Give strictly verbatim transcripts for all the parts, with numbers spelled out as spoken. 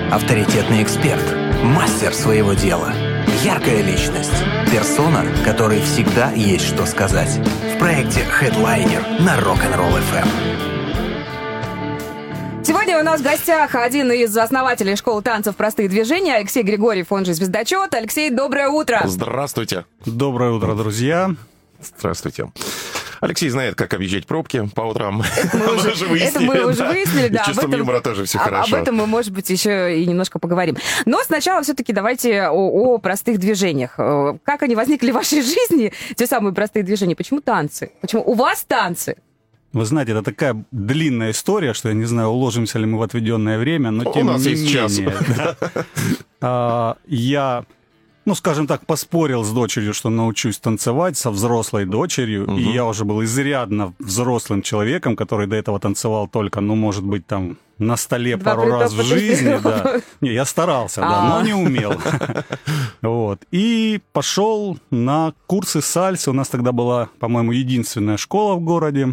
Авторитетный эксперт, мастер своего дела, яркая личность, персона, которой всегда есть что сказать. В проекте Headliner на Rock'n'Roll эф эм. Сегодня у нас в гостях один из основателей школы танцев «Простые движения» Алексей Григорьев, он же «Звездочет». Алексей, доброе утро. Здравствуйте. Доброе утро, друзья. Здравствуйте. Алексей знает, как объезжать пробки по утрам. Это мы уже, уже выяснили. Это мы уже выяснили, да. И чувством этом, юмора тоже все об, хорошо. Об этом мы, может быть, еще и немножко поговорим. Но сначала все-таки давайте о, о простых движениях. Как они возникли в вашей жизни, те самые простые движения? Почему танцы? Почему у вас танцы? Вы знаете, это такая длинная история, что я не знаю, уложимся ли мы в отведенное время, но тем у нас не есть менее. час. Да. Я... Ну, скажем так, поспорил с дочерью, что научусь танцевать со взрослой дочерью, угу. И я уже был изрядно взрослым человеком, который до этого танцевал только, ну, может быть, там, на столе Два пару раз в жизни, да. Не, я старался, да, но не умел. Вот. И пошел на курсы сальсы. У нас тогда была, по-моему, единственная школа в городе.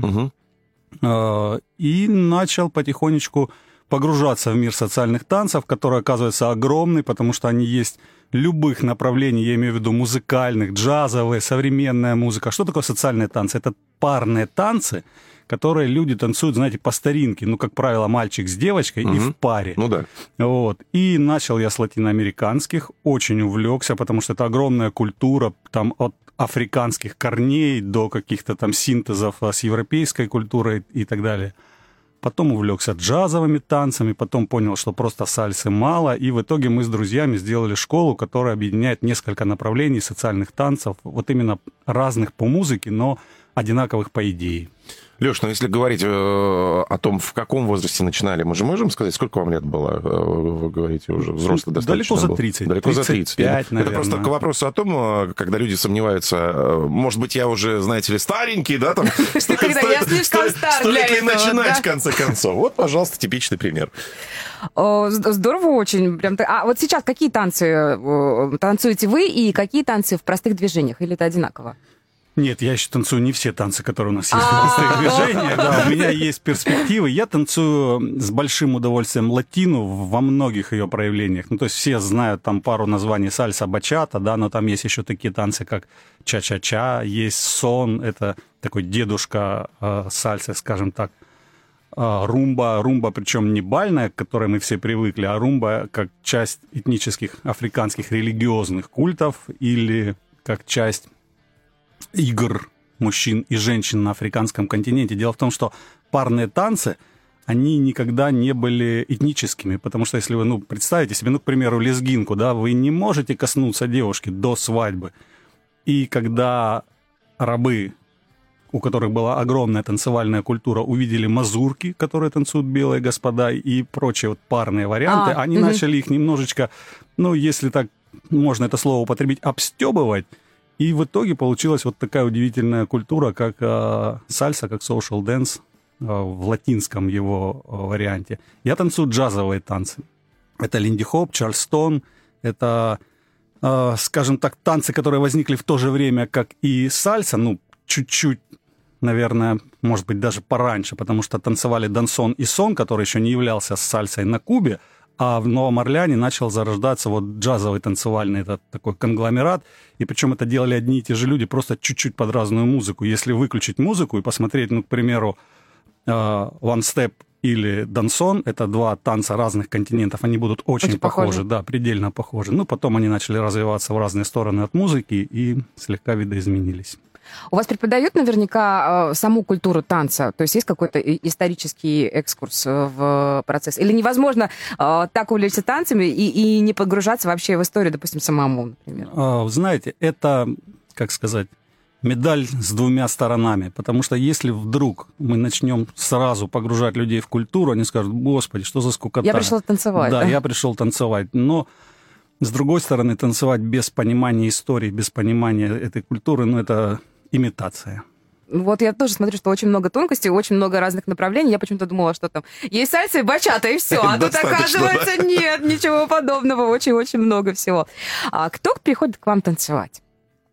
И начал потихонечку погружаться в мир социальных танцев, который, оказывается, огромный, потому что они есть любых направлений, я имею в виду музыкальных, джазовые, современная музыка. Что такое социальные танцы? Это парные танцы, которые люди танцуют, знаете, по старинке. Ну, как правило, мальчик с девочкой угу. и в паре. Ну да. Вот. И начал я с латиноамериканских, очень увлекся, потому что это огромная культура, там от африканских корней до каких-то там синтезов с европейской культурой и так далее. Потом увлекся джазовыми танцами, потом понял, что просто сальсы мало, и в итоге мы с друзьями сделали школу, которая объединяет несколько направлений социальных танцев, вот именно разных по музыке, но одинаковых по идее. Леш, ну если говорить э, о том, в каком возрасте начинали, мы же можем сказать, сколько вам лет было? Вы говорите, уже взрослый достаточно Далеко был. за тридцать. Далеко за тридцать. тридцать пять, Это наверное. просто к вопросу о том, когда люди сомневаются, может быть, я уже, знаете ли, старенький, да, там... Когда я слишком стар для этого. Стоит ли начинать, в конце концов? Вот, пожалуйста, типичный пример. Здорово очень. Прям. А вот сейчас какие танцы танцуете вы и какие танцы в простых движениях? Или это одинаково? Нет, я еще танцую не все танцы, которые у нас есть в простых движениях. Да, у меня есть перспективы. Я танцую с большим удовольствием латину во многих ее проявлениях. Ну, то есть все знают там пару названий: сальса, бачата, да, но там есть еще такие танцы, как ча-ча-ча, есть сон, это такой дедушка э, сальсы, скажем так. Э, румба, румба, причем не бальная, к которой мы все привыкли, а румба как часть этнических африканских религиозных культов или как часть игр мужчин и женщин на африканском континенте. Дело в том, что парные танцы, они никогда не были этническими, потому что если вы, ну, представите себе, ну, к примеру, лезгинку, да, вы не можете коснуться девушки до свадьбы. И когда рабы, у которых была огромная танцевальная культура, увидели мазурки, которые танцуют белые господа, и прочие вот парные варианты, а, они угу. начали их немножечко, ну, если так можно это слово употребить, обстебывать. И в итоге получилась вот такая удивительная культура, как э, сальса, как social dance э, в латинском его э, варианте. Я танцую джазовые танцы. Это линди-хоп, чарльстон, это, э, скажем так, танцы, которые возникли в то же время, как и сальса, ну, чуть-чуть, наверное, может быть, даже пораньше, потому что танцевали дансон и сон, который еще не являлся сальсой на Кубе, а в Новом Орлеане начал зарождаться вот джазовый танцевальный этот такой конгломерат. И причем это делали одни и те же люди, просто чуть-чуть под разную музыку. Если выключить музыку и посмотреть, ну, к примеру, One Step или дансон, это два танца разных континентов, они будут очень, очень похожи, похожи, да, предельно похожи. Ну, потом они начали развиваться в разные стороны от музыки и слегка видоизменились. У вас преподают наверняка э, саму культуру танца, то есть есть какой-то исторический экскурс в процесс? Или невозможно э, так увлечься танцами и, и не погружаться вообще в историю, допустим, самому, например? А, знаете, это, как сказать, медаль с двумя сторонами, потому что если вдруг мы начнем сразу погружать людей в культуру, они скажут: господи, что за скукота. Я пришел танцевать. Да, да, я пришел танцевать, но... С другой стороны, танцевать без понимания истории, без понимания этой культуры, ну, это имитация. Вот я тоже смотрю, что очень много тонкостей, очень много разных направлений. Я почему-то думала, что там есть сальса и бачата, и все. А тут, оказывается, нет, ничего подобного. Очень-очень много всего. А кто приходит к вам танцевать?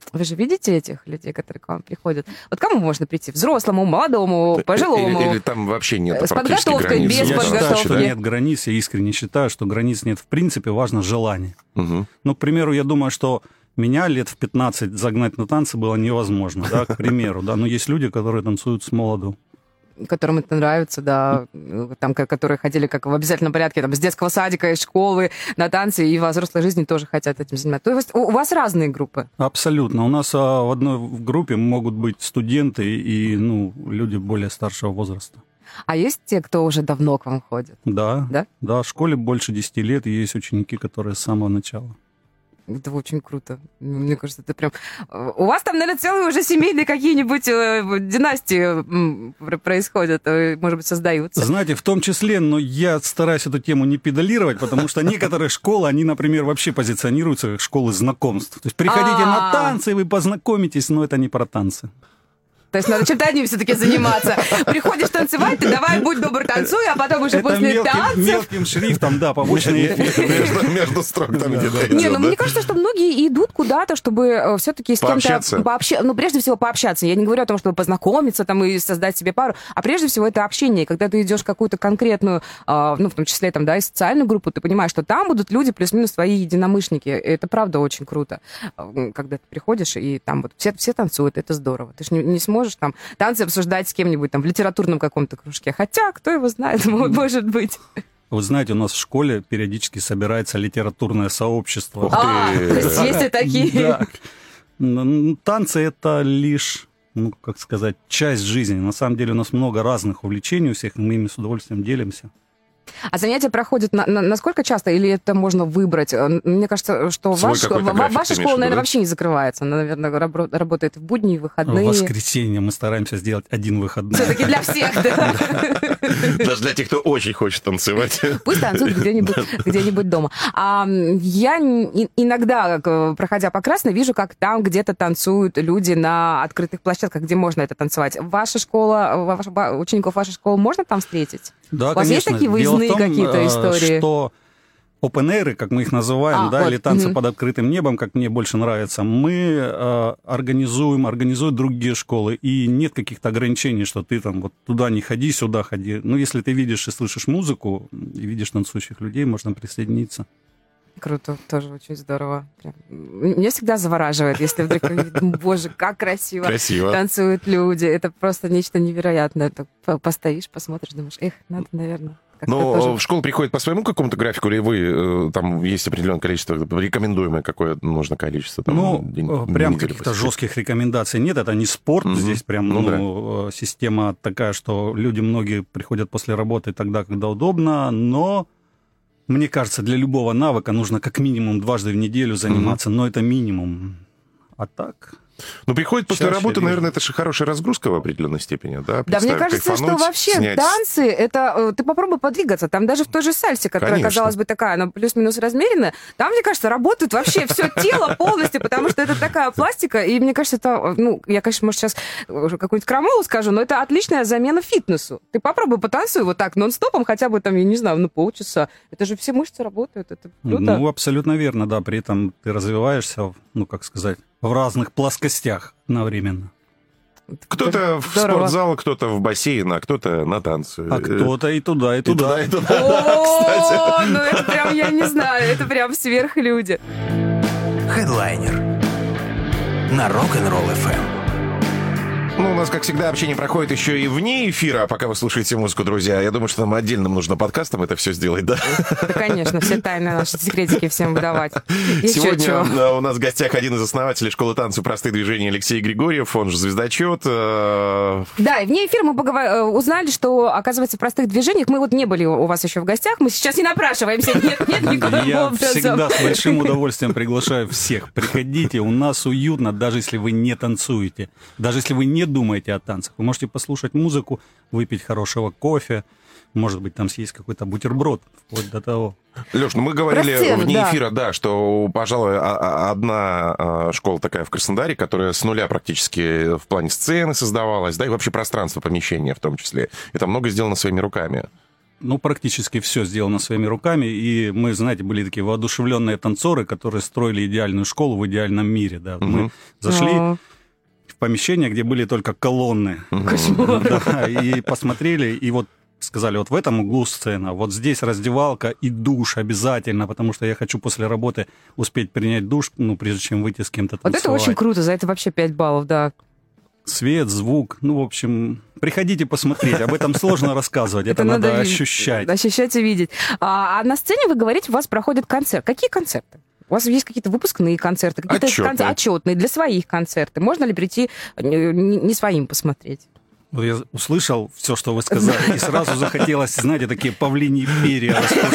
Вы же видите этих людей, которые к вам приходят? Вот кому можно прийти? Взрослому, молодому, пожилому? Или, или там вообще нет с подготовкой, границ? без Я подготовки? считаю, что нет границ. Я искренне считаю, что границ нет. В принципе, важно желание. Угу. Ну, к примеру, я думаю, что меня лет в пятнадцать загнать на танцы было невозможно, да, к примеру, да. Но есть люди, которые танцуют с молоду. Которым это нравится, да, там, которые ходили как в обязательном порядке там, с детского садика, из школы на танцы, и во взрослой жизни тоже хотят этим заниматься. То есть у вас разные группы? Абсолютно. У нас а, в одной группе могут быть студенты и ну, люди более старшего возраста. А есть те, кто уже давно к вам ходит? Да, да, да, в школе больше десяти лет, и есть ученики, которые с самого начала. Это очень круто. Мне кажется, это прям... У вас там, наверное, целые уже семейные какие-нибудь э, династии происходят, э, может быть, создаются. Знаете, в том числе, но я стараюсь эту тему не педалировать, потому что некоторые школы, они, например, вообще позиционируются как школы знакомств. То есть приходите на танцы, вы познакомитесь, но это не про танцы. То есть надо чем-то одним все-таки заниматься. Приходишь танцевать, ты давай, будь добр, танцуй, а потом уже это после мелким, танцев... мелким шрифтом, да, побочные эффекты. Между, между строк там где-то. Не, ну мне кажется, что многие идут куда-то, чтобы все-таки с кем-то пообщаться. Ну, прежде всего, пообщаться. Я не говорю о том, чтобы познакомиться там и создать себе пару, а прежде всего это общение. Когда ты идешь в какую-то конкретную, ну, в том числе там, да, и социальную группу, ты понимаешь, что там будут люди плюс-минус твои единомышленники. Это правда очень круто. Когда ты приходишь, и там вот все, все танцуют, это здорово. Ты же не, не сможешь там танцы обсуждать с кем-нибудь там в литературном каком-то кружке. Хотя, кто его знает, может быть. Вы знаете, у нас в школе периодически собирается литературное сообщество. А, то есть есть и такие. Да. Танцы — это лишь, ну, как сказать, часть жизни. На самом деле у нас много разных увлечений у всех, мы ими с удовольствием делимся. А занятия проходят на, на, насколько часто, или это можно выбрать? Мне кажется, что ваш, ва, ваша школа, наверное, да? вообще не закрывается. Она, наверное, рабо- работает в будни и выходные. В воскресенье мы стараемся сделать один выходной. Все-таки для всех, да? Даже для тех, кто очень хочет танцевать. Пусть танцуют где-нибудь, где-нибудь дома. А я иногда, проходя по Красной, вижу, как там где-то танцуют люди на открытых площадках, где можно это танцевать. Ваша школа, учеников вашей школы можно там встретить? Да, У вас конечно. есть такие выездные том, какие-то истории? Что open-air, как мы их называем, а, да, вот, или танцы угу. под открытым небом, как мне больше нравится, мы э, организуем, организуют другие школы, и нет каких-то ограничений, что ты там вот туда не ходи, сюда ходи. Ну, если ты видишь и слышишь музыку, и видишь танцующих людей, можно присоединиться. Круто, тоже очень здорово. Прям. Меня всегда завораживает, если вдруг, боже, как красиво, красиво танцуют люди. Это просто нечто невероятное. Так постоишь, посмотришь, думаешь, эх, надо, наверное... Но тоже... в школу приходит по своему какому-то графику, или вы, там есть определенное количество, рекомендуемое какое нужно количество? Там, ну, день, прям каких-то жестких рекомендаций нет, это не спорт, угу. здесь прям ну, ну, да. система такая, что люди многие приходят после работы тогда, когда удобно, но... Мне кажется, для любого навыка нужно как минимум дважды в неделю заниматься, угу. но это минимум. А так... Ну, приходит после Чаще работы, вижу. наверное, это же хорошая разгрузка в определенной степени, да? Да, мне кажется, что вообще снять... танцы, это ты попробуй подвигаться. Там даже в той же сальсе, которая, Конечно. казалось бы, такая, она плюс-минус размеренная, там, мне кажется, работает вообще все тело полностью, потому что это такая пластика, и мне кажется, это, ну, я, конечно, может, сейчас какую-нибудь крамолу скажу, но это отличная замена фитнесу. Ты попробуй потанцуй вот так нон-стопом, хотя бы там, я не знаю, ну, полчаса. Это же все мышцы работают, это круто. Ну, абсолютно верно, да. При этом ты развиваешься, ну, как сказать, в разных плоскостях одновременно. Кто-то в спортзал, кто-то в бассейн, а кто-то на танцы. А кто-то и туда, и туда. И туда, и туда. О, ну это прям, я не знаю, это прям сверхлюди. Хедлайнер на Rock'n'Roll эф эм. Ну, у нас, как всегда, общение проходит еще и вне эфира, пока вы слушаете музыку, друзья. Я думаю, что нам отдельным нужно подкастом это все сделать, да? Да, конечно, все тайны наши секретики всем выдавать. И сегодня у нас в гостях один из основателей школы танцев «Простые движения» Алексей Григорьев, он же «Звездочет». Да, и вне эфира мы поговор... узнали, что, оказывается, в «Простых движениях» мы вот не были у вас еще в гостях, мы сейчас не напрашиваемся, нет, нет, никакого Я образом. всегда с большим удовольствием приглашаю всех. Приходите, у нас уютно, даже если вы не танцуете, даже если вы не думаете о танцах. Вы можете послушать музыку, выпить хорошего кофе, может быть, там съесть какой-то бутерброд, вплоть до того. Леш, ну мы говорили сцену, вне да. эфира, да, что, пожалуй, одна школа такая в Краснодаре, которая с нуля практически в плане сцены создавалась, да, и вообще пространство помещения в том числе. Это много сделано своими руками. ну, практически все сделано своими руками. И мы, знаете, были такие воодушевленные танцоры, которые строили идеальную школу в идеальном мире. Да. Угу. Мы зашли А. в помещение, где были только колонны. Кошмар. Да, и посмотрели, и вот сказали, вот в этом углу сцена, вот здесь раздевалка и душ обязательно, потому что я хочу после работы успеть принять душ, ну, прежде чем выйти с кем-то Вот танцевать. это очень круто, за это вообще пять баллов, да. Свет, звук, ну, в общем, приходите посмотреть, об этом сложно рассказывать, это надо видеть, ощущать. Ощущать и видеть. А, а на сцене, вы говорите, у вас проходит концерт. Какие концерты? У вас есть какие-то выпускные концерты, какие-то Отчетные. кон- отчетные для своих концерты. Можно ли прийти не, не своим посмотреть? Вот я услышал все, что вы сказали, и сразу захотелось, знаете, такие павлиньи перья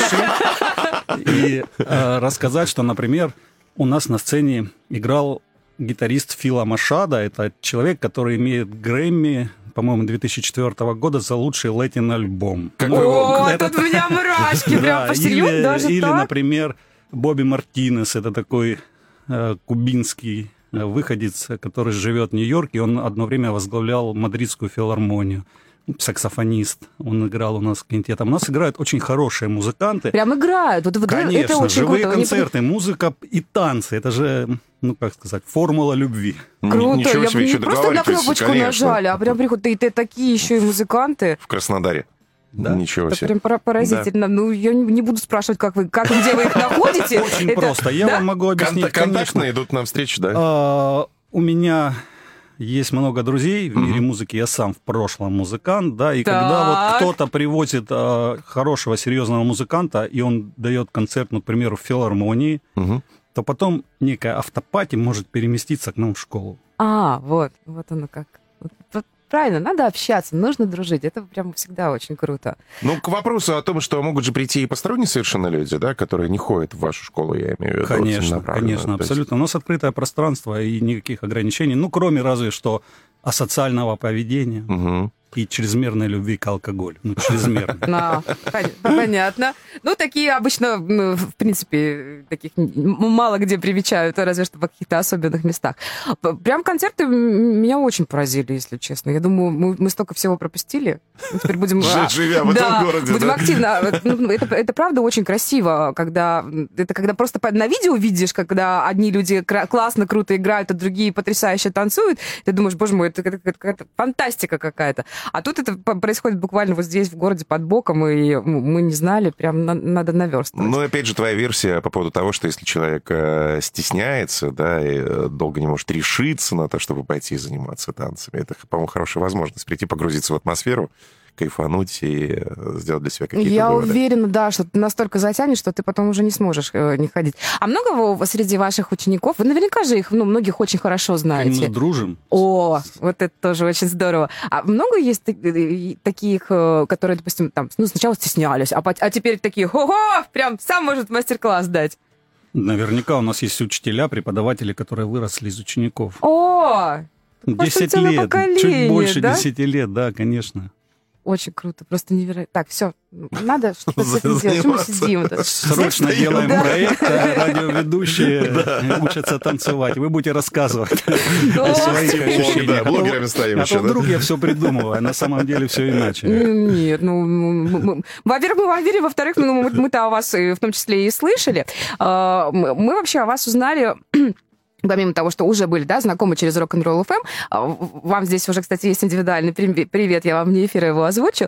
распушить и э, рассказать, что, например, у нас на сцене играл гитарист Фила Машада. Это человек, который имеет Грэмми, по-моему, две тысячи четвёртого года за лучший латин-альбом. Как О, вы- это- тут у меня мурашки, прям Да, посерьезно или, даже или, так? например, Бобби Мартинес, это такой э, кубинский э, выходец, который живет в Нью-Йорке, он одно время возглавлял Мадридскую филармонию. Саксофонист, он играл у нас квинтетом. У нас играют очень хорошие музыканты. Прям играют. Вот, вот Конечно, это очень живые круто. Они концерты, музыка и танцы. Это же, ну, как сказать, формула любви. Круто. Ничего Я себе, бы еще не просто на договариваетесь, кнопочку конечно. нажали, а прям приходят. И ты такие еще и музыканты. В Краснодаре. Да. Ничего Это себе. прям пора- поразительно. Ну, я не не буду спрашивать, как вы, как, где вы их находите. Очень Это- просто. Я да? вам могу объяснить, Конта- Контактные конечно. идут навстречу, да? А, у меня есть много друзей в мире музыки. Я сам в прошлом музыкант, да, и когда вот Так. кто-то привозит а, хорошего, серьезного музыканта, и он дает концерт, ну, к примеру, в филармонии, Мгм. то потом некая автопати может переместиться к нам в школу. А, вот, вот оно как. Вот, вот правильно, надо общаться, нужно дружить. Это прям всегда очень круто. Ну, к вопросу о том, что могут же прийти и посторонние совершенно люди, да, которые не ходят в вашу школу, я имею в виду. Конечно, целенаправленно. конечно, То есть- абсолютно. У нас открытое пространство и никаких ограничений, ну, кроме разве что асоциального поведения Мгм. и чрезмерной любви к алкоголю. Ну, чрезмерной. А, пон- понятно. Ну, такие обычно, ну, в принципе, таких м- мало где примечают, разве что в каких-то особенных местах. П- Прям концерты м- меня очень поразили, если честно. Я думаю, мы, мы столько всего пропустили. Мы теперь будем... Жить, а, живя в этом да, городе, будем да. активно. Ну, Это, это правда очень красиво, когда... Это когда просто по- на видео видишь, когда одни люди кра- классно, круто играют, а другие потрясающе танцуют. Ты думаешь, боже мой, это, это- это какая-то фантастика какая-то. А тут это п- происходит буквально вот здесь, в городе, под боком, и мы не знали, прям на- надо наверстывать. Ну, опять же, твоя версия по поводу того, что если человек э, стесняется, да, и э, долго не может решиться на то, чтобы пойти заниматься танцами, это, по-моему, хорошая возможность прийти погрузиться в атмосферу, кайфануть и э, сделать для себя какие-то Я выводы. уверена, да, что ты настолько затянешь, что ты потом уже не сможешь э, не ходить. А много вы среди ваших учеников? Вы наверняка же их, ну, многих очень хорошо Мы знаете. дружим. О, вот это тоже очень здорово. А много есть та- э, таких, э, которые, допустим, там, ну, сначала стеснялись, а, пот- а теперь такие, ого, прям сам может мастер-класс дать. Наверняка у нас есть учителя, преподаватели, которые выросли из учеников. О, Десять целое лет, поколение, чуть больше да? десяти лет, да, конечно. очень круто, просто невероятно. Так, все, надо что-то с этим делать. Что мы Заниматься. сидим? тут? Срочно Стоим, делаем да. проект, а радиоведущие учатся танцевать. Вы будете рассказывать о О, своих Типа, ощущениях. да, А то- блогерами станем а еще, то да? вдруг я все придумываю, а на самом деле все иначе. Нет, ну, мы- мы- во-первых, мы вам верим, во-вторых, ну, мы- мы-то о вас и в том числе и слышали. А, Мы мы вообще о вас узнали... Помимо того, что уже были, да, знакомы через Rock'n'Roll эф эм, а, вам здесь уже, кстати, есть индивидуальный при- привет, я вам вне эфира его озвучу.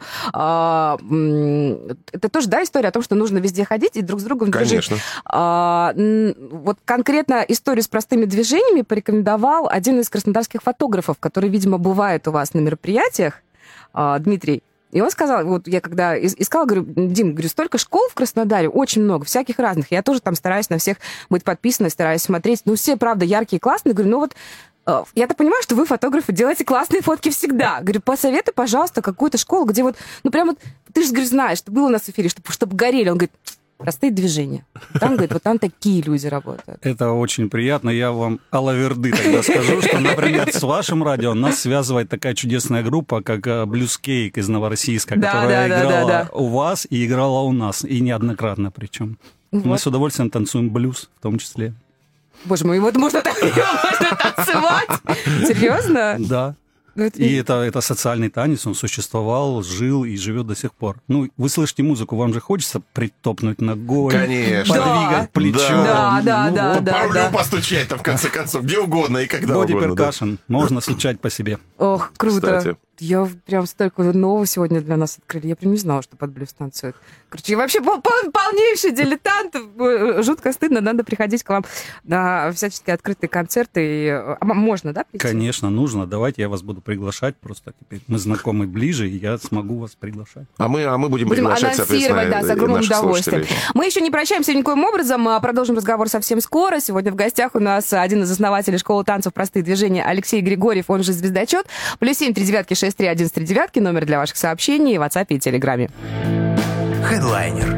А, м, Это тоже, да, история о том, что нужно везде ходить и друг с другом дружить. Конечно. А, м, Вот конкретно историю с простыми движениями порекомендовал один из краснодарских фотографов, который, видимо, бывает у вас на мероприятиях, а, Дмитрий. И он сказал, вот я когда ис- искала, говорю, Дим, говорю, столько школ в Краснодаре, очень много, всяких разных. Я тоже там стараюсь на всех быть подписанной, стараюсь смотреть. Ну, все, правда, яркие, классные. Говорю, ну вот э, я-то понимаю, что вы, фотографы, делаете классные фотки всегда. Говорю, посоветуй, пожалуйста, какую-то школу, где вот, ну, прям вот, ты же, говорю, знаешь, что было у нас в эфире, чтобы, чтобы горели. Он говорит, простые движения. Там, говорит, вот там такие люди работают. Это очень приятно. Я вам алаверды тогда скажу, что, например, с вашим радио нас связывает такая чудесная группа, как э, Blues Cake из Новороссийска, Да, которая да, да, играла да, да. у вас и играла у нас, и неоднократно причем. Мы Вот. с удовольствием танцуем блюз в том числе. Боже мой, вот можно так можно танцевать? Серьезно? Да. Это... И это, это социальный танец, он существовал, жил и живет до сих пор. Ну, вы слышите музыку, вам же хочется притопнуть ногой, Конечно. подвигать Да. плечом. Да, да, Ну, да, вот. да. По рулю постучать там, в конце концов, где угодно и когда Боди угодно. да. перкашн, можно стучать по себе. Ох, круто. Кстати. Я прям столько нового сегодня для нас открыли. Я прям не знала, что под блюз танцуют. Короче, я вообще пол- пол- полнейший дилетант. Жутко стыдно. Надо приходить к вам на всяческие открытые концерты. И... А можно, да, прийти? Конечно, нужно. Давайте я вас буду приглашать. Просто теперь мы знакомы ближе, и я смогу вас приглашать. А мы, а мы будем, Будем приглашать, анонсировать, да, с огромным наших удовольствием. слушателей. Мы еще не прощаемся никоим образом. а Продолжим разговор совсем скоро. Сегодня в гостях у нас один из основателей школы танцев «Простые движения» Алексей Григорьев, он же «Звездочет». Плюс семь три девятки шесть три один три девятки, номер для ваших сообщений в WhatsApp и Телеграме. Хедлайнер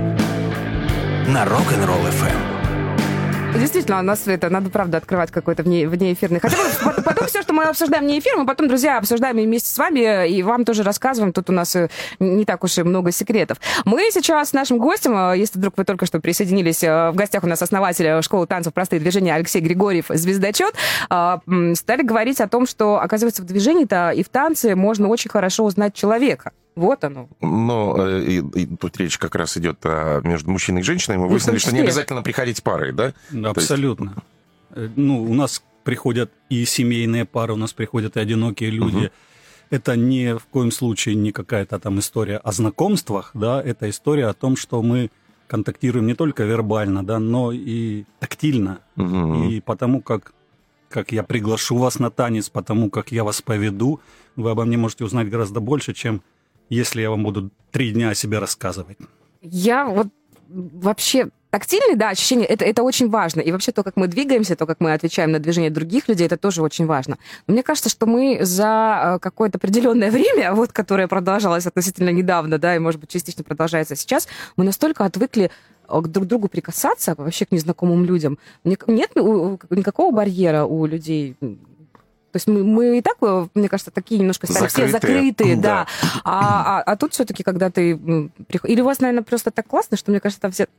на Rock'n'Roll эф эм. Действительно, у нас это надо, правда, открывать какой-то вне, внеэфирный. Хотя бы потом все, что мы обсуждаем вне эфира, мы потом, друзья, обсуждаем и вместе с вами, и вам тоже рассказываем. Тут у нас не так уж и много секретов. Мы сейчас с нашим гостем, если вдруг вы только что присоединились, в гостях у нас основатель школы танцев «Простые движения» Алексей Григорьев, «Звездочет», стали говорить о том, что, оказывается, в движении-то и в танце можно очень хорошо узнать человека. Вот оно. Но и, и тут речь как раз идет о, между мужчиной и женщиной. Мы выяснили, что не обязательно приходить парой, да? Абсолютно. Есть... Ну, у нас приходят и семейные пары, у нас приходят и одинокие люди. Угу. Это ни в коем случае не какая-то там история о знакомствах, да, это история о том, что мы контактируем не только вербально, да, но и тактильно. Угу. И потому как, как я приглашу вас на танец, потому как я вас поведу, вы обо мне можете узнать гораздо больше, чем если я вам буду три дня о себе рассказывать. Я вот вообще... Тактильный, да, ощущение, это, это очень важно. И вообще то, как мы двигаемся, то, как мы отвечаем на движение других людей, это тоже очень важно. Но мне кажется, что мы за какое-то определенное время, вот, которое продолжалось относительно недавно, да, и, может быть, частично продолжается сейчас, мы настолько отвыкли к друг другу прикасаться, вообще к незнакомым людям. Нет никакого барьера у людей. То есть мы, мы и так, мне кажется, такие немножко стали закрытые. Все закрытые, да. да. А, а, а тут все-таки, когда ты приходишь... Или у вас, наверное, просто так классно, что, мне кажется, там все...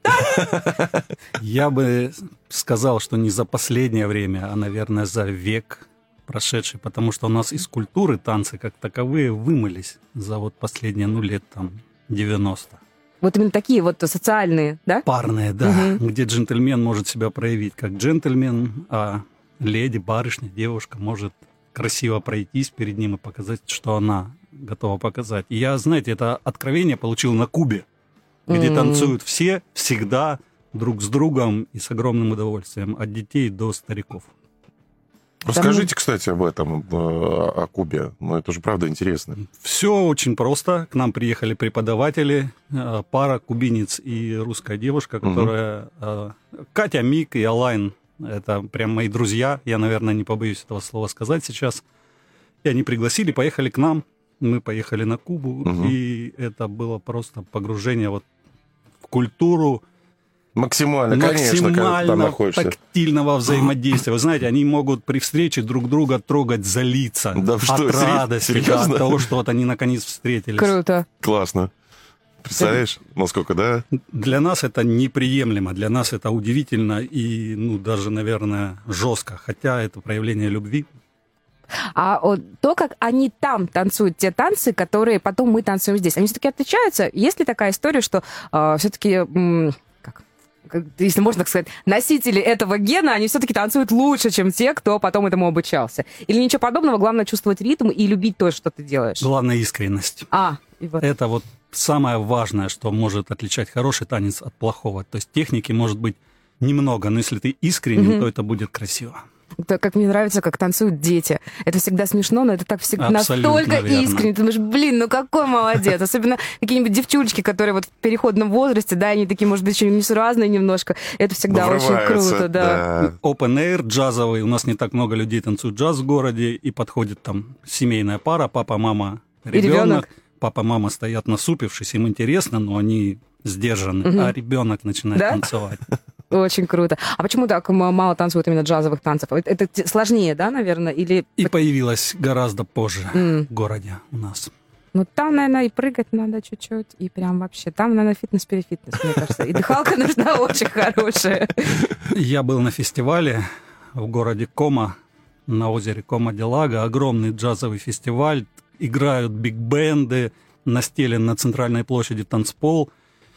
Я бы сказал, что не за последнее время, а, наверное, за век прошедший, потому что у нас из культуры танцы как таковые вымылись за вот последние, ну, лет там девяносто. Вот именно такие вот социальные, да? Парные, да, угу. Где джентльмен может себя проявить как джентльмен, а леди, барышня, девушка может красиво пройтись перед ним и показать, что она готова показать. И я, знаете, это откровение получил на Кубе, где mm-hmm. танцуют все, всегда, друг с другом и с огромным удовольствием, от детей до стариков. Расскажите, кстати, об этом, о Кубе. Ну, это же правда интересно. Все очень просто. К нам приехали преподаватели, пара кубинец и русская девушка, которая... Mm-hmm. Катя, Мик и Алайн. Это прям мои друзья, я, наверное, не побоюсь этого слова сказать сейчас. И они пригласили, поехали к нам, мы поехали на Кубу, угу. И это было просто погружение вот в культуру максимально, конечно, когда там находишься. Тактильного взаимодействия. Вы знаете, они могут при встрече друг друга трогать за лица да, от что, радости, да, от того, что вот они наконец встретились. Круто. Классно. Представляешь, насколько, да? Для нас это неприемлемо, для нас это удивительно и, ну, даже, наверное, жестко, хотя это проявление любви. А вот то, как они там танцуют те танцы, которые потом мы танцуем здесь, они все-таки отличаются? Есть ли такая история, что э, все-таки, м- как, как, если можно так сказать, носители этого гена, они все-таки танцуют лучше, чем те, кто потом этому обучался? Или ничего подобного, главное чувствовать ритм и любить то, что ты делаешь? Главное искренность. А, и вот. Это вот самое важное, что может отличать хороший танец от плохого. То есть техники может быть немного, но если ты искренен, mm-hmm. то это будет красиво. Это как мне нравится, как танцуют дети. Это всегда смешно, но это так всегда абсолютно настолько верно. Искренне. Ты думаешь, блин, ну какой молодец. Особенно какие-нибудь девчулечки, которые вот в переходном возрасте, да, они такие, может быть, еще несуразные немножко. Это всегда очень круто, да. да. Open air, джазовый. У нас не так много людей танцуют джаз в городе, и подходит там семейная пара, папа, мама, ребенок. ребенок. Папа, мама стоят насупившись, им интересно, но они сдержаны, угу. а ребенок начинает да? танцевать. Очень круто. А почему так мало танцуют именно джазовых танцев? Это сложнее, да, наверное? Или... И появилась гораздо позже mm. в городе у нас. Ну, там, наверное, и прыгать надо чуть-чуть, и прям вообще. Там, наверное, фитнес-перефитнес, мне кажется. И дыхалка нужна очень хорошая. Я был на фестивале в городе Кома на озере Кома-де-Лаго, огромный джазовый фестиваль, играют биг-бенды, настелен на центральной площади танцпол,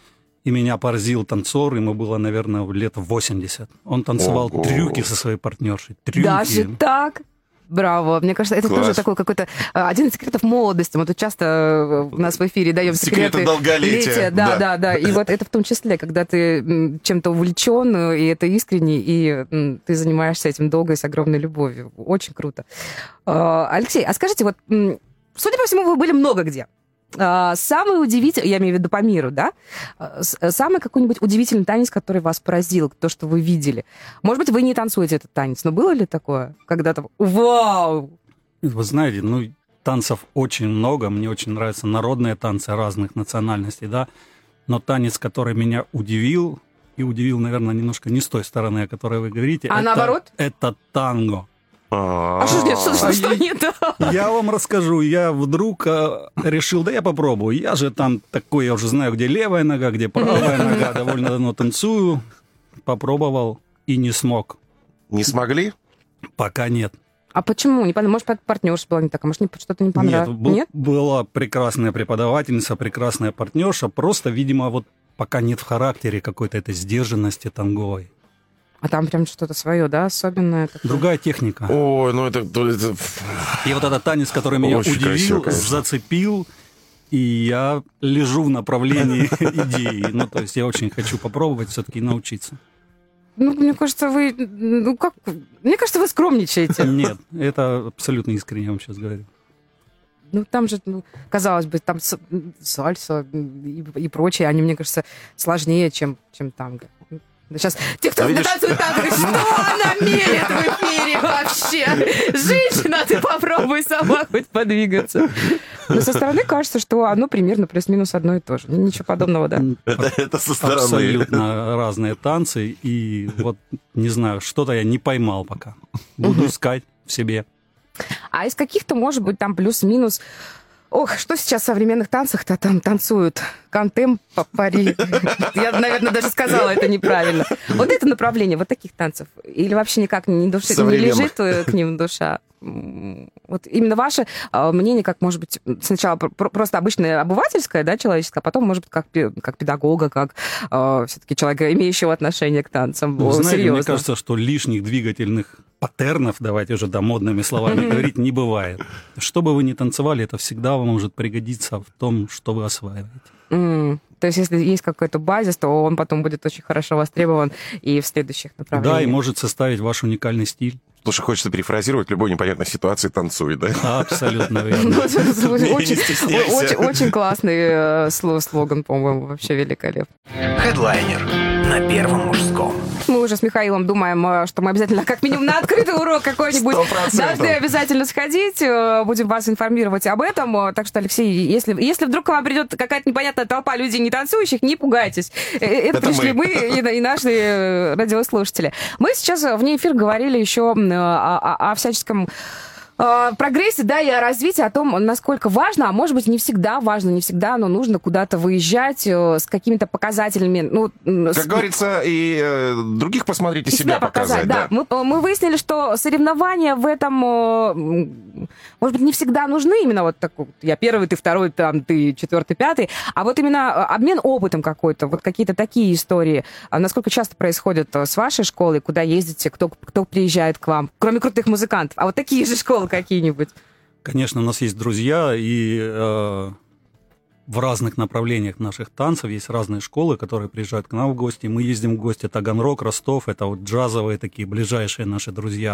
и меня поразил танцор, ему было, наверное, лет восемьдесят. Он танцевал Ого. трюки со своей партнершей. Трюки. Даже так? Браво. Мне кажется, это Класс. тоже такой какой-то а, один из секретов молодости. Мы тут часто у нас в эфире даем Секреты секреты долголетия. Да, Да. да, да. И вот это в том числе, когда ты м, чем-то увлечен, и это искренне, и м, ты занимаешься этим долго и с огромной любовью. Очень круто. А, Алексей, а скажите, вот, м, судя по всему, вы были много где. А, Самый удивительный, я имею в виду по миру, да? А, с- Самый какой-нибудь удивительный танец, который вас поразил, то, что вы видели. Может быть, вы не танцуете этот танец, но было ли такое? Когда-то, вау! Вы знаете, ну, танцев очень много. Мне очень нравятся народные танцы разных национальностей, да. Но танец, который меня удивил, и удивил, наверное, немножко не с той стороны, о которой вы говорите. А это, наоборот? Это танго. А что, нет, что, что, что не так? Я вам расскажу. Я вдруг э, решил, да я попробую. Я же там такой, я уже знаю, где левая нога, где правая нога. Довольно давно танцую. Попробовал и не смог. Не смогли? Пока нет. А почему? Не понятно. Может, партнерша была не так, а может, не- что-то не Нет, понравилось? был- Нет? была прекрасная преподавательница, прекрасная партнерша. Просто, видимо, вот пока нет в характере какой-то этой сдержанности танговой. А там прям что-то свое, да, особенное? такое? Другая техника. Ой, ну это... это- И вот этот танец, который меня Очень красиво, удивил, конечно. зацепил, и я лежу в направлении идеи. Ну, то есть я очень хочу попробовать все-таки научиться. Ну, мне кажется, вы... Ну, как... Мне кажется, вы скромничаете. Нет, это абсолютно искренне я вам сейчас говорю. Ну, там же, ну, казалось бы, там с- сальса и, и прочее, они, мне кажется, сложнее, чем, чем танго. Да сейчас те, кто А видишь- танцует танго, говорят, что она мелет в эфире вообще? Женщина, ты попробуй сама хоть подвигаться. Но со стороны кажется, что оно примерно плюс-минус одно и то же. Ничего подобного, да. Это, это со стороны. Абсолютно разные танцы, и вот, не знаю, что-то я не поймал пока. Буду искать в себе. А из каких-то, может быть, там плюс-минус... Ох, что сейчас в современных танцах-то там танцуют? Контемпорари. Я, наверное, даже сказала это неправильно. Вот это направление, вот таких танцев. Или вообще никак не, души, не Современных. лежит э, к ним душа? М, Вот именно ваше э, мнение, как, может быть, сначала пр- пр- просто обычное обывательское, да, человеческое, а потом, может быть, как, пе- как педагога, как э, все-таки человека, имеющего отношение к танцам. Вы О, знаете, серьезно. мне кажется, что лишних двигательных паттернов, давайте уже да, модными словами говорить, не бывает. Что бы вы ни танцевали, это всегда вам может пригодиться в том, что вы осваиваете. М, То есть, если есть какой-то базис, то он потом будет очень хорошо востребован и в следующих направлениях. Да, и может составить ваш уникальный стиль. Слушай, хочется перефразировать, в любой непонятной ситуации танцуй, да? Абсолютно Ну, верно. это Не Очень стесняйся. очень- очень классный э, сло- слоган, по-моему, вообще великолепный. Хедлайнер на Первом мужском. Мы уже с Михаилом думаем, э, что мы обязательно как минимум на открытый урок какой-нибудь Сто процентов. должны обязательно сходить. э, Будем вас информировать об этом. Э, Так что, Алексей, если, если вдруг к вам придет какая-то непонятная толпа людей не танцующих, не пугайтесь. Э, Это, Это пришли мы. мы и, и наши э, радиослушатели. Мы сейчас э, вне эфира говорили еще э, о, о- о всяческом э, прогрессе, да, и о развитии, о том, насколько важно, а может быть, не всегда важно, не всегда, но нужно куда-то выезжать э, с какими-то показателями. Ну, м, Как с- говорится, и э, других посмотрите, и себя, показать. да. Мы, мы выяснили, что соревнования в этом, э, м, может быть, не всегда нужны. Именно вот такой, я первый, ты второй, там, ты четвертый, пятый. А вот именно э, обмен опытом какой-то, вот какие-то такие истории. А насколько часто происходят э, с вашей школой, куда ездите, кто, кто приезжает к вам, кроме крутых музыкантов? А вот такие же школы какие-нибудь? Конечно, у нас есть друзья, и э, в разных направлениях наших танцев есть разные школы, которые приезжают к нам в гости. Мы ездим в гости Таганрог, Ростов, это вот джазовые такие ближайшие наши друзья.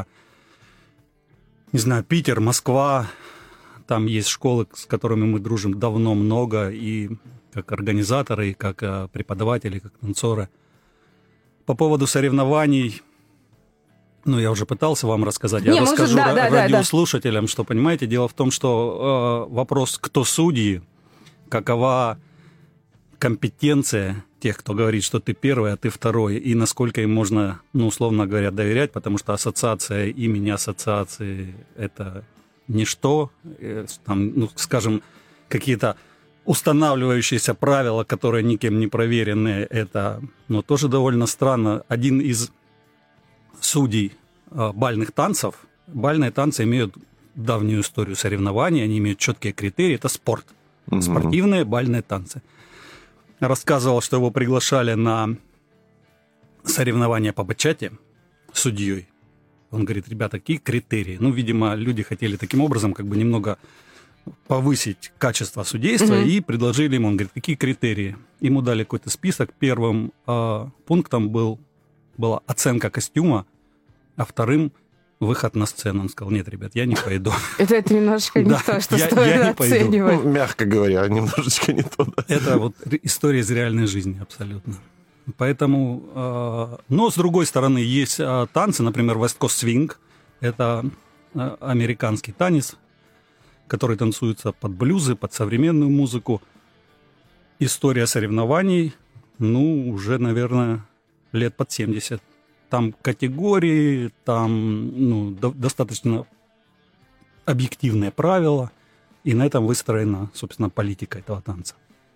Не знаю, Питер, Москва, там есть школы, с которыми мы дружим давно, много, и как организаторы, и как э, преподаватели, как танцоры. По поводу соревнований, ну, я уже пытался вам рассказать, я Не, мы уже- расскажу да, ра- да, да, радиослушателям, что, понимаете, дело в том, что э, вопрос, кто судьи, какова компетенция тех, кто говорит, что ты первый, а ты второй, и насколько им можно, ну, условно говоря, доверять, потому что ассоциация имени ассоциации – это ничто, э, там, ну, скажем, какие-то устанавливающиеся правила, которые никем не проверены, это, ну, тоже довольно странно. Один из судей э, бальных танцев, Бальные танцы имеют давнюю историю соревнований, они имеют четкие критерии, это спорт. Mm-hmm. Спортивные бальные танцы. Рассказывал, что его приглашали на соревнования по бачате судьей. Он говорит, ребята, какие критерии? Ну, видимо, люди хотели таким образом как бы немного повысить качество судейства, mm-hmm. и предложили ему, он говорит, какие критерии? Ему дали какой-то список. Первым э, пунктом был, была оценка костюма, а вторым выход на сцену. Он сказал, нет, ребят, я не пойду. Это, это немножечко не то, что стоит оценивать. Ну, мягко говоря, немножечко не то. Да. Это вот история из реальной жизни абсолютно. Поэтому, э, но с другой стороны, есть э, танцы, например, West Coast Swing. Это э, американский танец, который танцуется под блюзы, под современную музыку. История соревнований, ну, уже, наверное, лет под семьдесят. Там категории, там ну, до- достаточно объективные правила, и на этом выстроена, собственно, политика этого танца.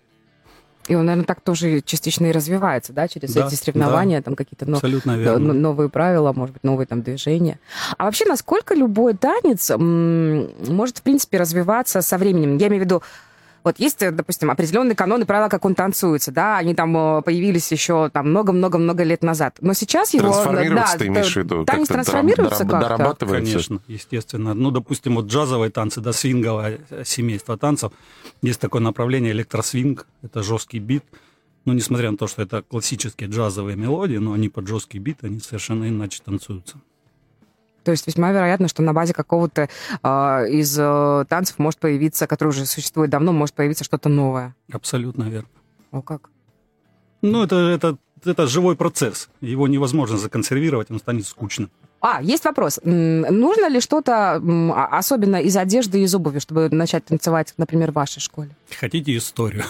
И он, наверное, так тоже частично и развивается, да, через да, эти соревнования, да, там какие-то но... новые правила, может быть, новые там движения. А вообще, насколько любой танец м- может, в принципе, развиваться со временем? Я имею в виду, вот есть, допустим, определенные каноны, правила, как он танцуется, да, они там появились еще там много-много-много лет назад. Но сейчас его... Трансформируется, да, ты имеешь в виду? Танец трансформируется как-то? Дорабатывается? Конечно, естественно. Ну, допустим, вот джазовые танцы, да, свинговое семейство танцев. Есть такое направление электросвинг, это жесткий бит. Но несмотря на то, что это классические джазовые мелодии, но они под жесткий бит, они совершенно иначе танцуются. То есть весьма вероятно, что на базе какого-то э, из э, танцев может появиться, который уже существует давно, может появиться что-то новое. Абсолютно верно. О, как? Ну, это, это, это живой процесс. Его невозможно законсервировать, он станет скучным. А, есть вопрос. Нужно ли что-то, особенно из одежды и из обуви, чтобы начать танцевать, например, в вашей школе? Хотите историю?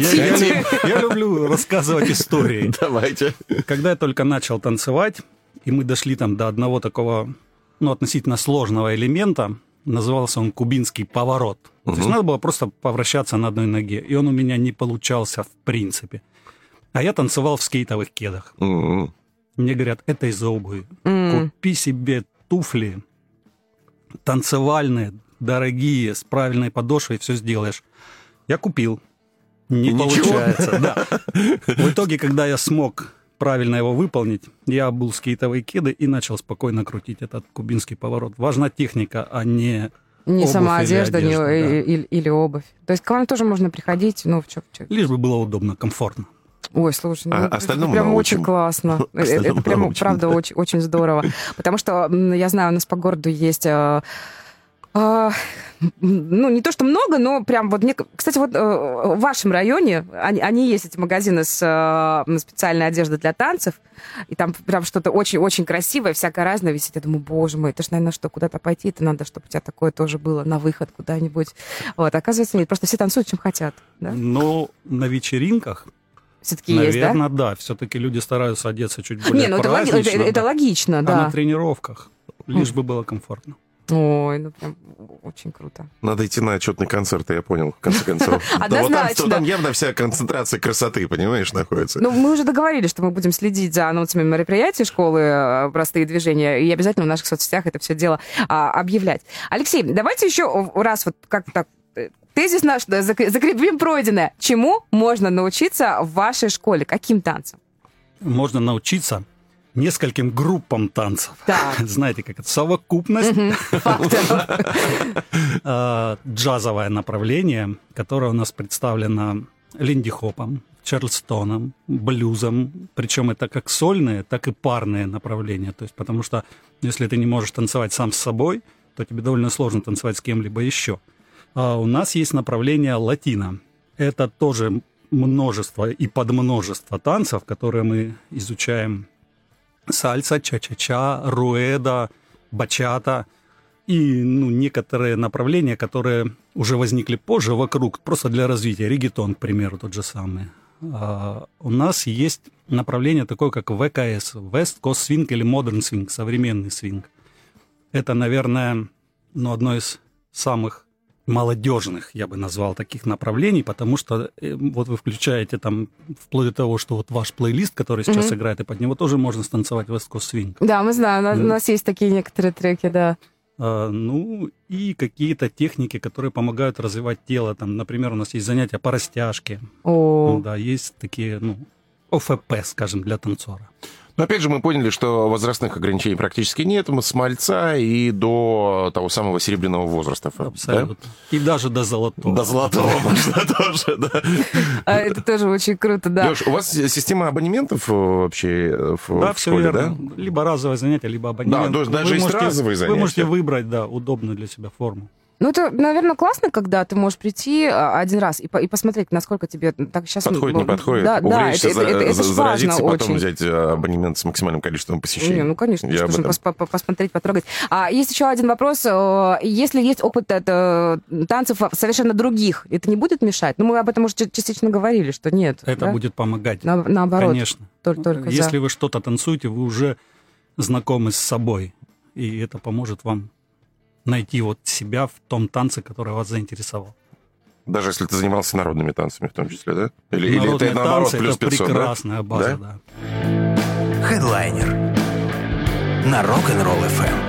Я люблю рассказывать истории. Давайте. Когда я только начал танцевать, и мы дошли там до одного такого, ну, относительно сложного элемента, назывался он кубинский поворот. То есть надо было просто повращаться на одной ноге, и он у меня не получался в принципе. А я танцевал в скейтовых кедах. Мне говорят, это из-за обуви. Mm. Купи себе туфли танцевальные, дорогие, с правильной подошвой, все сделаешь. Я купил. Не Ничего. Получается. Да. В итоге, когда я смог правильно его выполнить, я обул скейтовые кеды и начал спокойно крутить этот кубинский поворот. Важна техника, а не Не обувь сама одежда, или, одежда, не, да. или, или обувь. То есть к вам тоже можно приходить, ну, в чё, в чё? Лишь бы было удобно, комфортно. Ой, слушай, ну, а это остальному прям научим. очень классно. Это прям, правда, очень, очень здорово. Потому что, я знаю, у нас по городу есть... А, а, ну, не то, что много, но прям вот... Мне, кстати, вот в вашем районе они, они есть, эти магазины с а, специальной одеждой для танцев, и там прям что-то очень-очень красивое, всякое разное висит. Я думаю, боже мой, это ж, наверное, что, куда-то пойти, это надо, чтобы у тебя такое тоже было на выход куда-нибудь. Вот, оказывается, нет, просто все танцуют, чем хотят. Да? Но на вечеринках... Все-таки Наверное, есть, да? да. Все-таки люди стараются одеться чуть более Не, ну это, логи- это, празднично. это да. логично, да. А на тренировках лишь бы было комфортно. Ой, ну прям очень круто. Надо идти на отчетный концерт, я понял, в конце концов. Однозначно. Там явно вся концентрация красоты, понимаешь, находится. Ну, мы уже договорились, что мы будем следить за анонсами мероприятий школы «Простые движения», и обязательно в наших соцсетях это все дело а, объявлять. Алексей, давайте еще раз вот как-то так тезис наш закрепим пройденное. Чему можно научиться в вашей школе? Каким танцам? Можно научиться нескольким группам танцев. Так. Знаете, как это? Совокупность. Фактов. Джазовое направление, которое у нас представлено линди-хопом, чарльстоном, блюзом. Причем это как сольные, так и парные направления. То есть, потому что если ты не можешь танцевать сам с собой, то тебе довольно сложно танцевать с кем-либо еще. А у нас есть направление латино. Это тоже множество и подмножество танцев, которые мы изучаем. Сальса, ча-ча-ча, руэда, бачата и ну, некоторые направления, которые уже возникли позже вокруг, просто для развития. Реггетон, к примеру, тот же самый. А у нас есть направление такое, как вэ ка эс, West Coast Swing или Modern Swing, современный свинг. Это, наверное, ну, одно из самых молодежных, я бы назвал, таких направлений, потому что э, вот вы включаете там, вплоть до того, что вот ваш плейлист, который сейчас mm-hmm. играет, и под него тоже можно станцевать West Coast Swing. Да, мы знаем, у нас, да. у нас есть такие некоторые треки, да. А, ну, и какие-то техники, которые помогают развивать тело. Там, например, у нас есть занятия по растяжке. О. Да, есть такие, ну, ОФП, скажем, для танцора. Но опять же мы поняли, что возрастных ограничений практически нет. Мы с мальца и до того самого серебряного возраста. Абсолютно. Да? И даже до золотого. До золотого можно тоже, да. Это тоже очень круто, да. Леш, у вас система абонементов вообще в Да, в все школе, верно. да? Либо разовое занятие, либо абонемент. Да, то есть даже есть разовые занятия. Вы можете выбрать, да, удобную для себя форму. Ну, это, наверное, классно, когда ты можешь прийти а, один раз и, по- и посмотреть, насколько тебе так сейчас... Подходит, не подходит. Да, да, Увлечься, это, это, это, это за- ж заразиться, важно потом очень. взять абонемент с максимальным количеством посещений. Не, ну, конечно, Я что об же, этом. пос- по- посмотреть, потрогать. А есть еще один вопрос. Э, Если есть опыт это, танцев совершенно других, это не будет мешать? Ну, мы об этом уже ча- частично говорили, что нет. Это да? будет помогать. На- наоборот. Конечно. Только, только Если за. вы что-то танцуете, вы уже знакомы с собой. И это поможет вам найти вот себя в том танце, который вас заинтересовал. Даже если ты занимался народными танцами в том числе, да? Или, или Народные это наоборот танцы плюс это пятьсот, да? прекрасная база, Да? да. Headliner на Rock'n'Roll эф эм.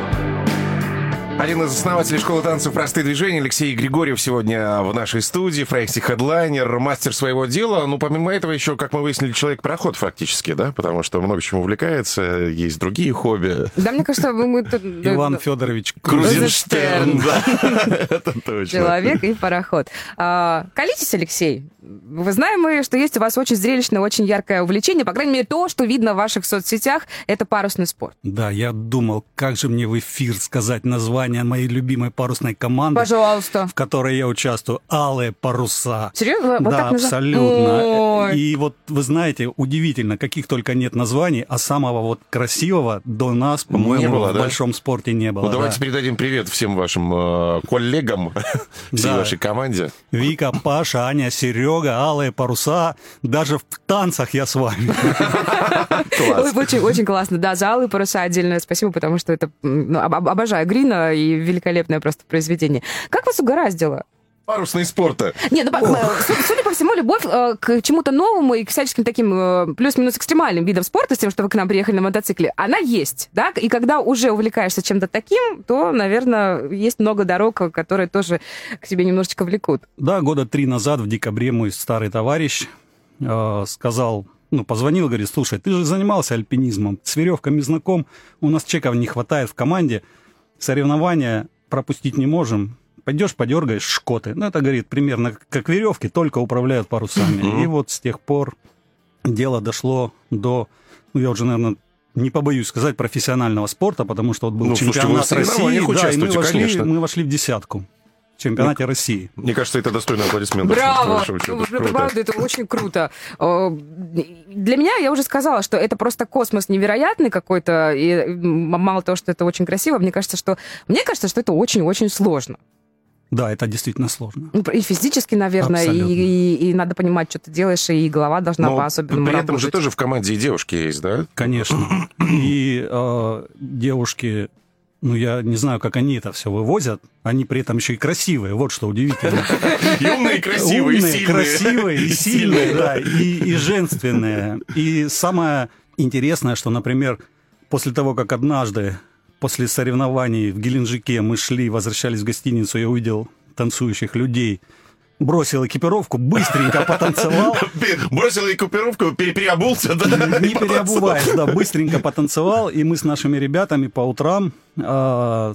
Один из основателей школы танцев «Простые движения» Алексей Григорьев сегодня в нашей студии, в проекте «Headliner», мастер своего дела. Ну, помимо этого, еще, как мы выяснили, человек-проход фактически, да? Потому что много чем увлекается, есть другие хобби. Да, мне кажется, мы... мы тут- Иван Федорович Крузенштерн, да. Это точно. Человек и пароход. А, колитесь, Алексей. Вы знаем мы, что есть у вас очень зрелищное, очень яркое увлечение. По крайней мере, то, что видно в ваших соцсетях, это парусный спорт. Да, я думал, как же мне в эфир сказать название моей любимой парусной команды, Пожалуйста. в которой я участвую. «Алые паруса». Серьезно? Вот Да, так называют? абсолютно. Ой. И вот вы знаете, удивительно, каких только нет названий, а самого вот красивого до нас, по-моему, Не было, в да? большом спорте не было. Ну, давайте да. передадим привет всем вашим э, коллегам, всей Да. вашей команде. Вика, Паша, Аня, Серега, алые паруса. Даже в танцах я с вами. Класс. Ой, очень, очень классно. Да, за алые паруса отдельное спасибо, потому что это м, ну, об- об- обожаю Грина и великолепное просто произведение. Как вас угораздило? Парусные спорта. Не, ну, по- э, су- судя по всему, любовь э, к чему-то новому и к всяческим таким э, плюс-минус экстремальным видам спорта, с тем, что вы к нам приехали на мотоцикле, она есть, да? И когда уже увлекаешься чем-то таким, то, наверное, есть много дорог, которые тоже к тебе немножечко влекут. Да, года три назад, в декабре, мой старый товарищ э, сказал, ну, позвонил, говорит, слушай, ты же занимался альпинизмом, с веревками знаком, у нас чеков не хватает в команде, соревнования пропустить не можем, пойдешь, подергаешь шкоты. Ну, это, говорит, примерно как веревки, только управляют парусами. Mm-hmm. И вот с тех пор дело дошло до, ну, я уже, наверное, не побоюсь сказать, профессионального спорта, потому что вот был Ну, слушайте, вы в чемпионат России, соревнованиях да, и мы участвуете, вошли, конечно. мы вошли в десятку в чемпионате России. Мне кажется, это достойно аплодисментов. Браво! по большому счету. Круто. Правда, это очень круто. Э, Для меня, я уже сказала, что это просто космос невероятный какой-то, и м, мало того, что это очень красиво, мне кажется, что, мне кажется, что это очень-очень сложно. Да, это действительно сложно. Ну, и физически, наверное, и, Абсолютно. и, и надо понимать, что ты делаешь, и голова должна Но по-особенному при этом работать. же тоже в команде и девушки есть, да? Конечно. И э, девушки, ну, я не знаю, как они это все вывозят, они при этом еще и красивые, вот что удивительно. И умные, и красивые, и Умные, сильные. красивые, и сильные, да, и, и женственные. И самое интересное, что, например, после того, как однажды после соревнований в Геленджике мы шли, возвращались в гостиницу, я увидел танцующих людей, бросил экипировку, быстренько потанцевал. Бросил экипировку, пере- переобулся, да? Не и потанцевал. переобуваясь, да, быстренько потанцевал, и мы с нашими ребятами по утрам э,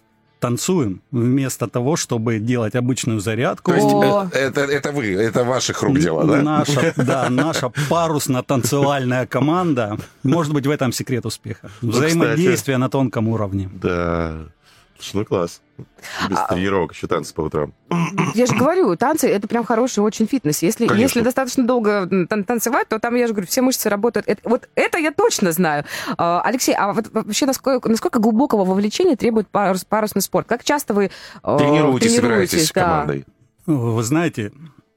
танцуем вместо того, чтобы делать обычную зарядку. То есть О. э, это, это вы, это ваших рук дело, да? Наша, да, наша парусно-танцевальная команда. Может быть, в этом секрет успеха. Взаимодействие на тонком уровне. Да. Слушай, ну класс. Без А тренировок еще танцы по утрам. Я же говорю, танцы — это прям хороший очень фитнес. Если, Конечно. если достаточно долго тан- танцевать, то там, я же говорю, все мышцы работают. Это- вот это я точно знаю. А, Алексей, а вот вообще насколько, насколько глубокого вовлечения требует парус- парусный спорт? Как часто вы э, Тренируетесь, собираетесь с да? командой. Вы знаете,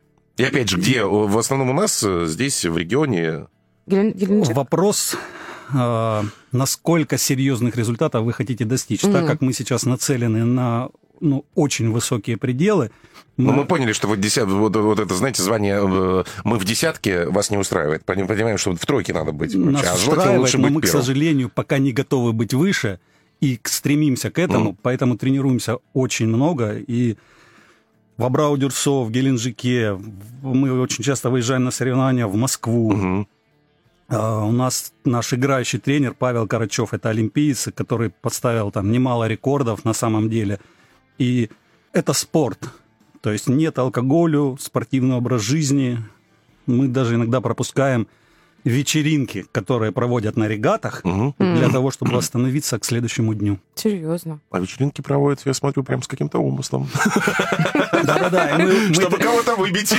И опять же, где? В основном у нас э, здесь, в регионе. Гелен- Геленджик? вопрос, э, насколько серьезных результатов вы хотите достичь. Мгм. Так как мы сейчас нацелены на ну, очень высокие пределы, Но мы- мы поняли, что вот, десят, вот, вот это, знаете, звание э, «мы в десятке» вас не устраивает. Пони- Понимаем, что в тройке надо быть. нас вообще, а желательно устраивает, лучше но быть мы, к первым. сожалению, пока не готовы быть выше. и стремимся к этому, mm. поэтому тренируемся очень много. И в Абрау-Дюрсо, в Геленджике мы очень часто выезжаем на соревнования в Москву. Mm-hmm. Uh, у нас наш играющий тренер Павел Карачев, это олимпиец, который поставил там немало рекордов на самом деле. И это спорт. То есть нет алкоголю, спортивный образ жизни. Мы даже иногда пропускаем вечеринки, которые проводят на регатах, угу. для mm. того, чтобы восстановиться к следующему дню. Серьезно? А вечеринки проводят, я смотрю, прям с каким-то умыслом. Да-да-да. Чтобы кого-то выбить.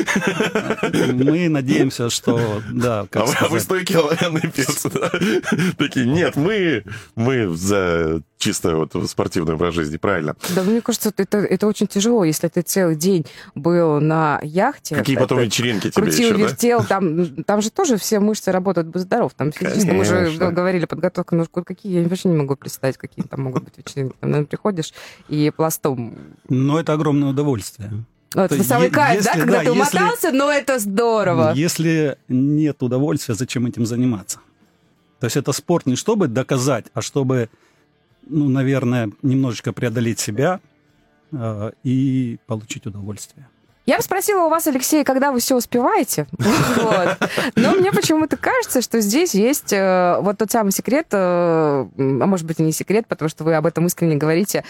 Мы надеемся, что, да, как сказать. А вы стойкие оловянные перцы, да? Такие, нет, мы мы за чисто вот спортивный образ жизни, правильно. Да, мне кажется, это, это очень тяжело, если ты целый день был на яхте. Какие потом вечеринки тебе крутил, еще, вертел, да? там, там же тоже все мышцы работают бы здоров. Там физически, мы уже говорили, подготовка, ну какие, я вообще не могу представить, какие там могут быть вечеринки. Там, наверное, приходишь и пластом... Но это огромное удовольствие. Это самый кайф, да, когда ты умотался, но это здорово. Если нет удовольствия, зачем этим заниматься? То есть это спорт не чтобы доказать, а чтобы, ну, наверное, немножечко преодолеть себя э, и получить удовольствие. Я бы спросила у вас, Алексей, когда вы все успеваете, вот. Но мне почему-то кажется, что здесь есть э, вот тот самый секрет, э, а может быть и не секрет, потому что вы об этом искренне говорите,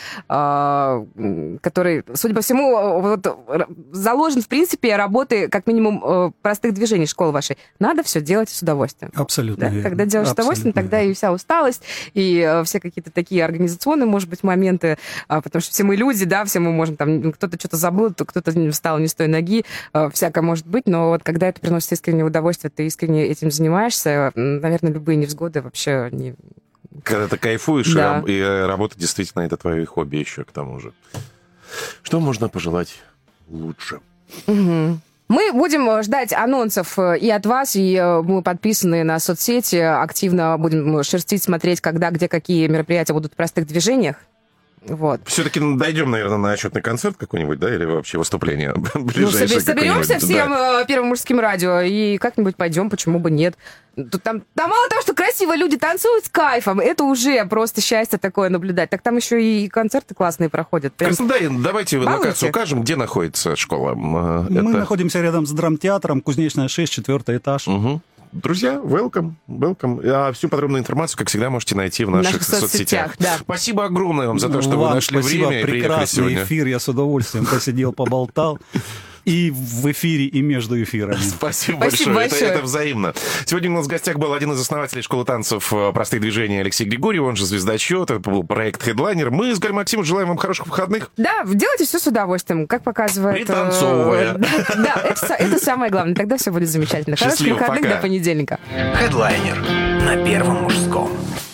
э, который, судя по всему, вот, заложен в принципе работы как минимум э, простых движений школы вашей. Надо все делать с удовольствием. Абсолютно. Да? Когда делаешь с удовольствием, тогда верно. И вся усталость, и э, все какие-то такие организационные, может быть, моменты, э, потому что все мы люди, да, все мы можем там, кто-то что-то забыл, кто-то встал не с той ноги, всякое может быть, но вот когда это приносит искреннее удовольствие, ты искренне этим занимаешься, наверное, любые невзгоды вообще не... Когда ты кайфуешь, да. и работа действительно это твое хобби еще к тому же. Что можно пожелать лучше? Угу. Мы будем ждать анонсов и от вас, и мы подписаны на соцсети, активно будем шерстить, смотреть, когда, где, какие мероприятия будут в простых движениях. Вот. Все-таки дойдем, наверное, на отчетный концерт какой-нибудь, да, или вообще выступление ближайшее. Ну, соберемся всем да. Первым мужским радио и как-нибудь пойдем, почему бы нет. Тут там, там мало того, что красиво люди танцуют с кайфом, это уже просто счастье такое наблюдать. Так там еще и концерты классные проходят. Прям... Краснодаре, давайте на карту укажем, где находится школа. Мы это... находимся рядом с драмтеатром, Кузнечная шесть, четвертый этаж. Угу. Друзья, welcome, welcome. А всю подробную информацию, как всегда, можете найти в наших, наших соцсетях. соцсетях да. Спасибо огромное вам за то, что вам вы нашли спасибо, время и приехали сегодня. Эфир, я с удовольствием посидел, поболтал. И в эфире, и между эфирами. Спасибо, Спасибо большое. большое. Это, это взаимно. Сегодня у нас в гостях был один из основателей школы танцев «Простые движения» Алексей Григорьев, он же «Звездочет». Это был проект «Headliner». Мы с Галиной Максимовной желаем вам хороших выходных. Да, делайте все с удовольствием, как показывает... Пританцовывая. Да, это самое главное. Тогда все будет замечательно. Хороших выходных до понедельника. «Headliner» на Первом мужском.